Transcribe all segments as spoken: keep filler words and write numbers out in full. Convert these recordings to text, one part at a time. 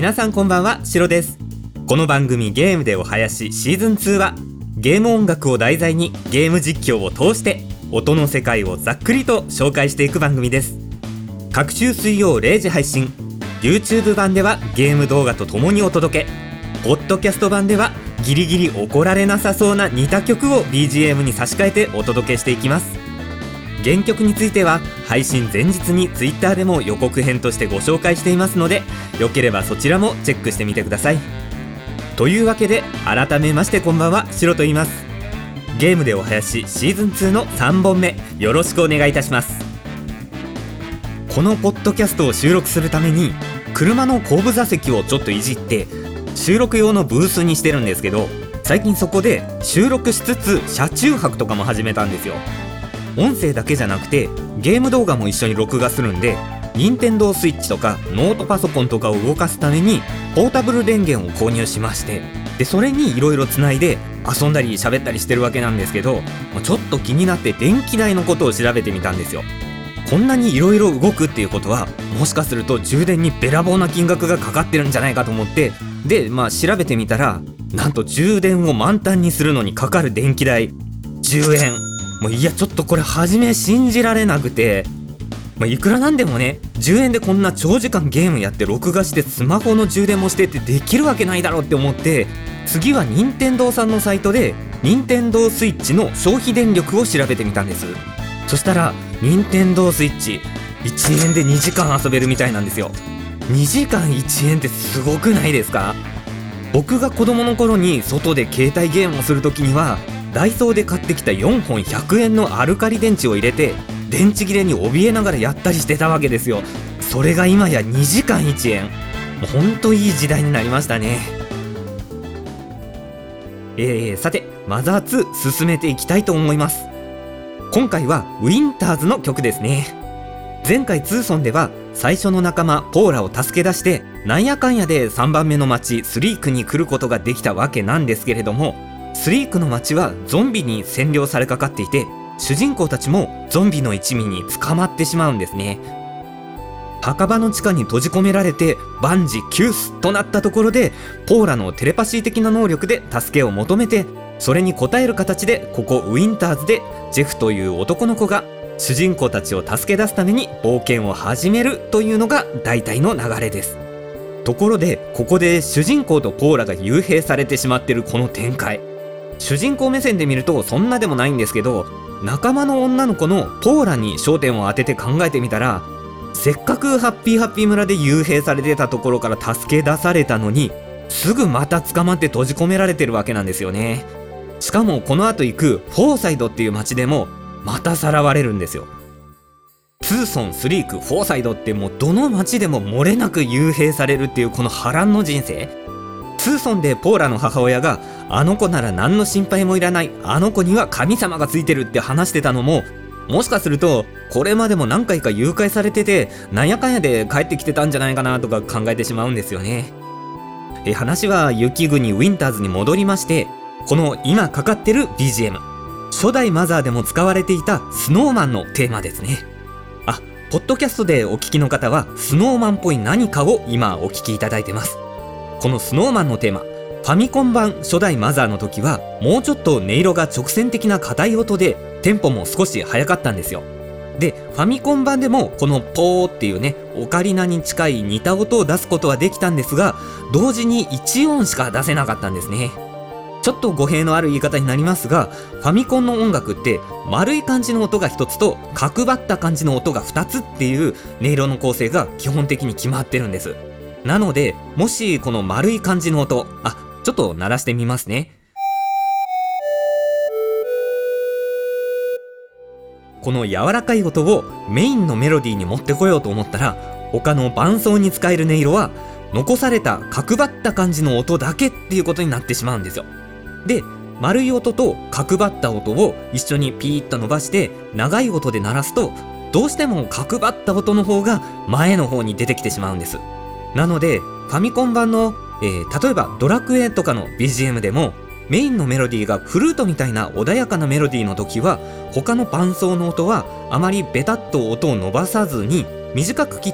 皆さんこんばんは、シロです。この番組ゲームでお囃子シーズンツーはゲーム音楽を題材にゲーム実況を通して音の世界をざっくりと紹介していく番組です。各週水曜れいじ配信、 YouTube 版ではゲーム動画とともにお届け、ポッドキャスト版ではギリギリ怒られなさそうな似た曲を ビージーエム に差し替えてお届けしていきます。原曲については配信前日に Twitter でも予告編としてご紹介していますので、よければそちらもチェックしてみてください。というわけで改めましてこんばんは、シロと言います。ゲームでお囃子シーズンツーのさんぼんめ、よろしくお願いいたします。このポッドキャストを収録するために車の後部座席をちょっといじって収録用のブースにしてるんですけど、最近そこで収録しつつ車中泊とかも始めたんですよ。音声だけじゃなくてゲーム動画も一緒に録画するんで、ニンテンドースイッチとかノートパソコンとかを動かすためにポータブル電源を購入しまして、でそれにいろいろつないで遊んだり喋ったりしてるわけなんですけど、ちょっと気になって電気代のことを調べてみたんですよ。こんなにいろいろ動くっていうことは、もしかすると充電にべらぼうな金額がかかってるんじゃないかと思って、でまあ調べてみたら、なんと充電を満タンにするのにかかる電気代じゅうえん。もういやちょっとこれ初め信じられなくて、まあ、いくらなんでもね、じゅうえんでこんな長時間ゲームやって録画してスマホの充電もしてってできるわけないだろうって思って、次は任天堂さんのサイトで任天堂スイッチの消費電力を調べてみたんです。そしたら任天堂スイッチいちえんでにじかん遊べるみたいなんですよ。にじかんいちえんってすごくないですか？僕が子供の頃に外で携帯ゲームをするときには、ダイソーで買ってきたよんほんひゃくえんのアルカリ電池を入れて電池切れに怯えながらやったりしてたわけですよ。それが今やにじかんいちえん。もうほんといい時代になりましたね。えー、さてマザーツー進めていきたいと思います。今回はウィンターズの曲ですね。前回ツーソンでは最初の仲間ポーラを助け出して、なんやかんやでさんばんめの町スリークに来ることができたわけなんですけれども、スリークの町はゾンビに占領されかかっていて、主人公たちもゾンビの一味に捕まってしまうんですね。墓場の地下に閉じ込められて万事休すとなったところで、ポーラのテレパシー的な能力で助けを求めて、それに応える形でここウィンターズでジェフという男の子が主人公たちを助け出すために冒険を始めるというのが大体の流れです。ところでここで主人公とポーラが幽閉されてしまっているこの展開、主人公目線で見るとそんなでもないんですけど、仲間の女の子のポーラに焦点を当てて考えてみたら、せっかくハッピーハッピー村で幽閉されてたところから助け出されたのに、すぐまた捕まって閉じ込められてるわけなんですよね。しかもこの後行くフォーサイドっていう街でもまたさらわれるんですよ。ツーソン、スリーク、フォーサイドってもうどの街でも漏れなく幽閉されるっていうこの波乱の人生。ツーソンでポーラの母親が、あの子なら何の心配もいらない、あの子には神様がついてるって話してたのも、もしかするとこれまでも何回か誘拐されてて、なんやかんやで帰ってきてたんじゃないかなとか考えてしまうんですよね。え話は雪国ウィンターズに戻りまして、この今かかってる ビージーエム、 初代マザーでも使われていたスノーマンのテーマですね。あ、ポッドキャストでお聞きの方はスノーマンっぽい何かを今お聞きいただいてます。このスノーマンのテーマ、ファミコン版初代マザーの時はもうちょっと音色が直線的な硬い音でテンポも少し速かったんですよ。でファミコン版でもこのポーっていうね、オカリナに近い似た音を出すことはできたんですが、同時にいち音しか出せなかったんですね。ちょっと語弊のある言い方になりますが、ファミコンの音楽って丸い感じの音がひとつと角張った感じの音がふたつっていう音色の構成が基本的に決まってるんです。なのでもしこの丸い感じの音、あ、ちょっと鳴らしてみますね。この柔らかい音をメインのメロディーに持ってこようと思ったら、他の伴奏に使える音色は残された角張った感じの音だけっていうことになってしまうんですよ。で丸い音と角張った音を一緒にピーッと伸ばして長い音で鳴らすと、どうしても角張った音の方が前の方に出てきてしまうんです。なのでファミコン版の、えー、例えばドラクエとかの ビージーエム でもメインのメロディーがフルートみたいな穏やかなメロディーの時は、他の伴奏の音はあまりベタッと音を伸ばさずに短く切って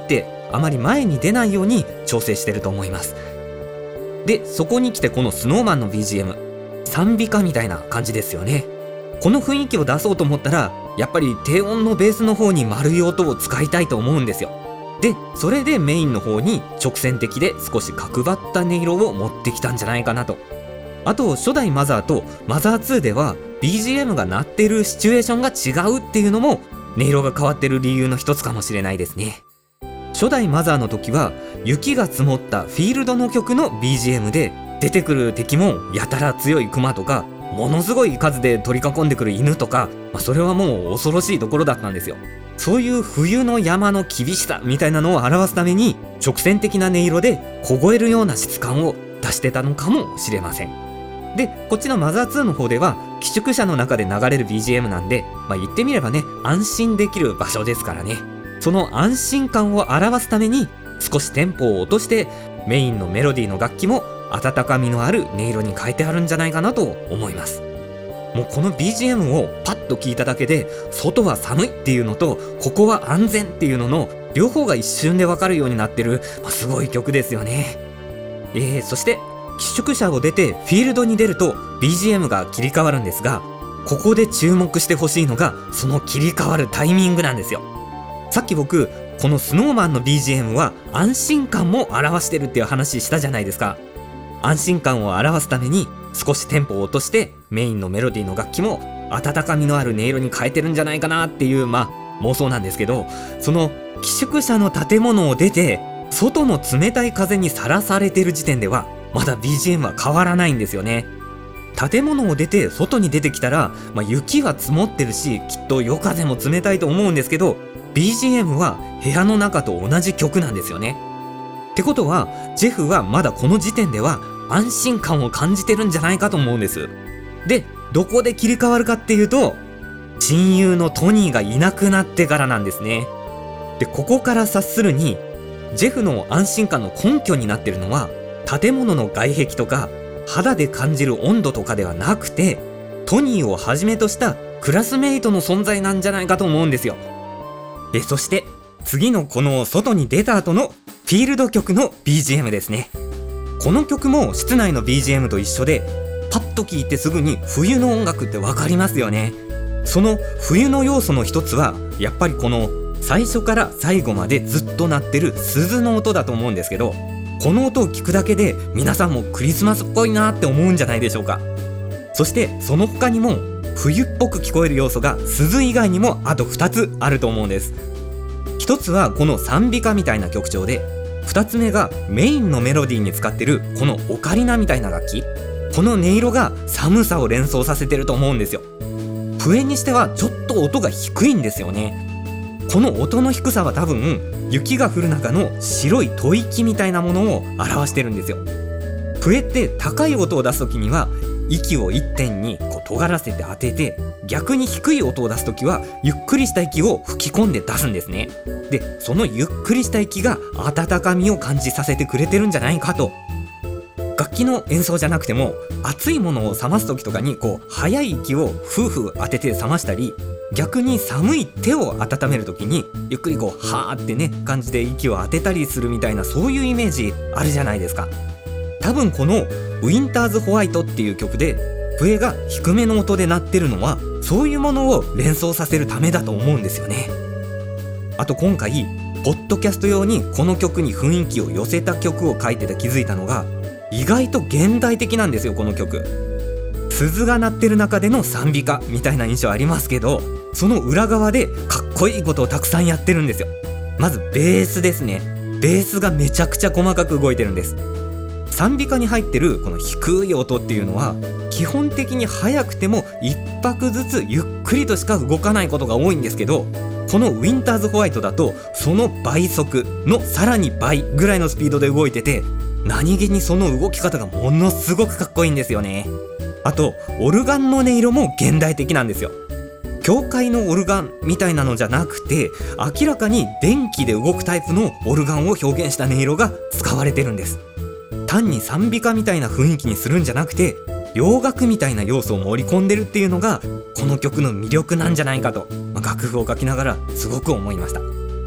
あまり前に出ないように調整してると思います。で、そこに来てこの スノーマン の ビージーエム、 賛美歌みたいな感じですよね。この雰囲気を出そうと思ったら、やっぱり低音のベースの方に丸い音を使いたいと思うんですよ。で、それでメインの方に直線的で少し角張った音色を持ってきたんじゃないかなと。あと初代マザーとマザーツーでは ビージーエム が鳴ってるシチュエーションが違うっていうのも音色が変わってる理由の一つかもしれないですね。初代マザーの時は雪が積もったフィールドの曲の ビージーエム で、出てくる敵もやたら強いクマとかものすごい数で取り囲んでくる犬とか、まあ、それはもう恐ろしいところだったんですよ。そういう冬の山の厳しさみたいなのを表すために直線的な音色で凍えるような質感を出してたのかもしれません。で、こっちのマザーツーの方では寄宿舎の中で流れる ビージーエム なんで、まあ、言ってみればね、安心できる場所ですからね。その安心感を表すために少しテンポを落としてメインのメロディーの楽器も温かみのある音色に変えてあるんじゃないかなと思います。もうこの ビージーエム をパッと聞いただけで、外は寒いっていうのとここは安全っていうのの両方が一瞬で分かるようになってる、まあ、すごい曲ですよね。えー、そして寄宿舎を出てフィールドに出ると ビージーエム が切り替わるんですが、ここで注目してほしいのがその切り替わるタイミングなんですよ。さっき僕この スノーマン の ビージーエム は安心感も表してるっていう話したじゃないですか。安心感を表すために少しテンポを落としてメインのメロディーの楽器も温かみのある音色に変えてるんじゃないかなっていう、まあ妄想なんですけど、その寄宿舎の建物を出て外の冷たい風にさらされてる時点ではまだ ビージーエム は変わらないんですよね。建物を出て外に出てきたら、まあ、雪は積もってるしきっと夜風も冷たいと思うんですけど、 ビージーエム は部屋の中と同じ曲なんですよね。ってことはジェフはまだこの時点では安心感を感じてるんじゃないかと思うんです。で、どこで切り替わるかっていうと、親友のトニーがいなくなってからなんですね。で、ここから察するにジェフの安心感の根拠になってるのは建物の外壁とか肌で感じる温度とかではなくて、トニーをはじめとしたクラスメイトの存在なんじゃないかと思うんですよ。え、そして次のこの外に出た後のフィールド曲の ビージーエム ですね。この曲も室内の ビージーエム と一緒で、パッと聴いてすぐに冬の音楽ってわかりますよね。その冬の要素の一つはやっぱりこの最初から最後までずっと鳴ってる鈴の音だと思うんですけど、この音を聞くだけで皆さんもクリスマスっぽいなって思うんじゃないでしょうか。そしてその他にも冬っぽく聞こえる要素が鈴以外にもあとふたつあると思うんです。一つはこの賛美歌みたいな曲調で、二つ目がメインのメロディーに使ってるこのオカリナみたいな楽器。この音色が寒さを連想させてると思うんですよ。笛にしてはちょっと音が低いんですよね。この音の低さは多分雪が降る中の白い吐息みたいなものを表してるんですよ。笛って高い音を出す時には息を一点にこう尖らせて当てて、逆に低い音を出す時はゆっくりした息を吹き込んで出すんですね。で、そのゆっくりした息が温かみを感じさせてくれてるんじゃないかと。楽器の演奏じゃなくても熱いものを冷ます時とかにこう速い息をフーフー当てて冷ましたり、逆に寒い手を温める時にゆっくりこうはーってね感じで息を当てたりするみたいな、そういうイメージあるじゃないですか。多分このウィンターズホワイトっていう曲で笛が低めの音で鳴ってるのはそういうものを連想させるためだと思うんですよね。あと今回ポッドキャスト用にこの曲に雰囲気を寄せた曲を書いてて気づいたのが、意外と現代的なんですよ。この曲鈴が鳴ってる中での賛美歌みたいな印象ありますけど、その裏側でかっこいいことをたくさんやってるんですよ。まずベースですね。ベースがめちゃくちゃ細かく動いてるんです。賛美歌に入ってるこの低い音っていうのは基本的に速くても一拍ずつゆっくりとしか動かないことが多いんですけど、このウィンターズホワイトだとその倍速のさらに倍ぐらいのスピードで動いてて、何気にその動き方がものすごくかっこいいんですよね。あとオルガンの音色も現代的なんですよ。教会のオルガンみたいなのじゃなくて、明らかに電気で動くタイプのオルガンを表現した音色が使われてるんです。単に賛美歌みたいな雰囲気にするんじゃなくて、洋楽みたいな要素を盛り込んでるっていうのがこの曲の魅力なんじゃないかと、まあ、楽譜を書きながらすごく思いました。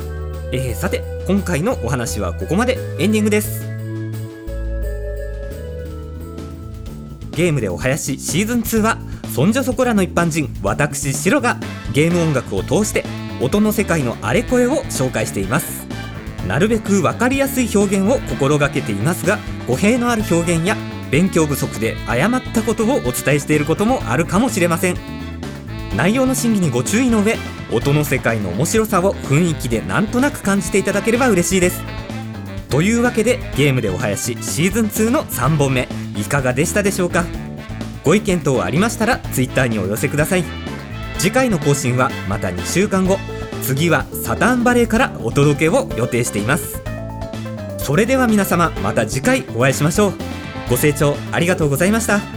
えー、さて今回のお話はここまで。エンディングです。ゲームでお囃子シーズンツーはそんじょそこらの一般人私シロがゲーム音楽を通して音の世界のあれこれを紹介しています。なるべく分かりやすい表現を心がけていますが、語弊のある表現や勉強不足で誤ったことをお伝えしていることもあるかもしれません。内容の審議にご注意の上、音の世界の面白さを雰囲気でなんとなく感じていただければ嬉しいです。というわけでゲームでお囃子シーズンツーのさんぼんめいかがでしたでしょうか。ご意見等ありましたらツイッターにお寄せください。次回の更新はまたにしゅうかんご、次はサターンバレーからお届けを予定しています。それでは皆様また次回お会いしましょう。ご清聴ありがとうございました。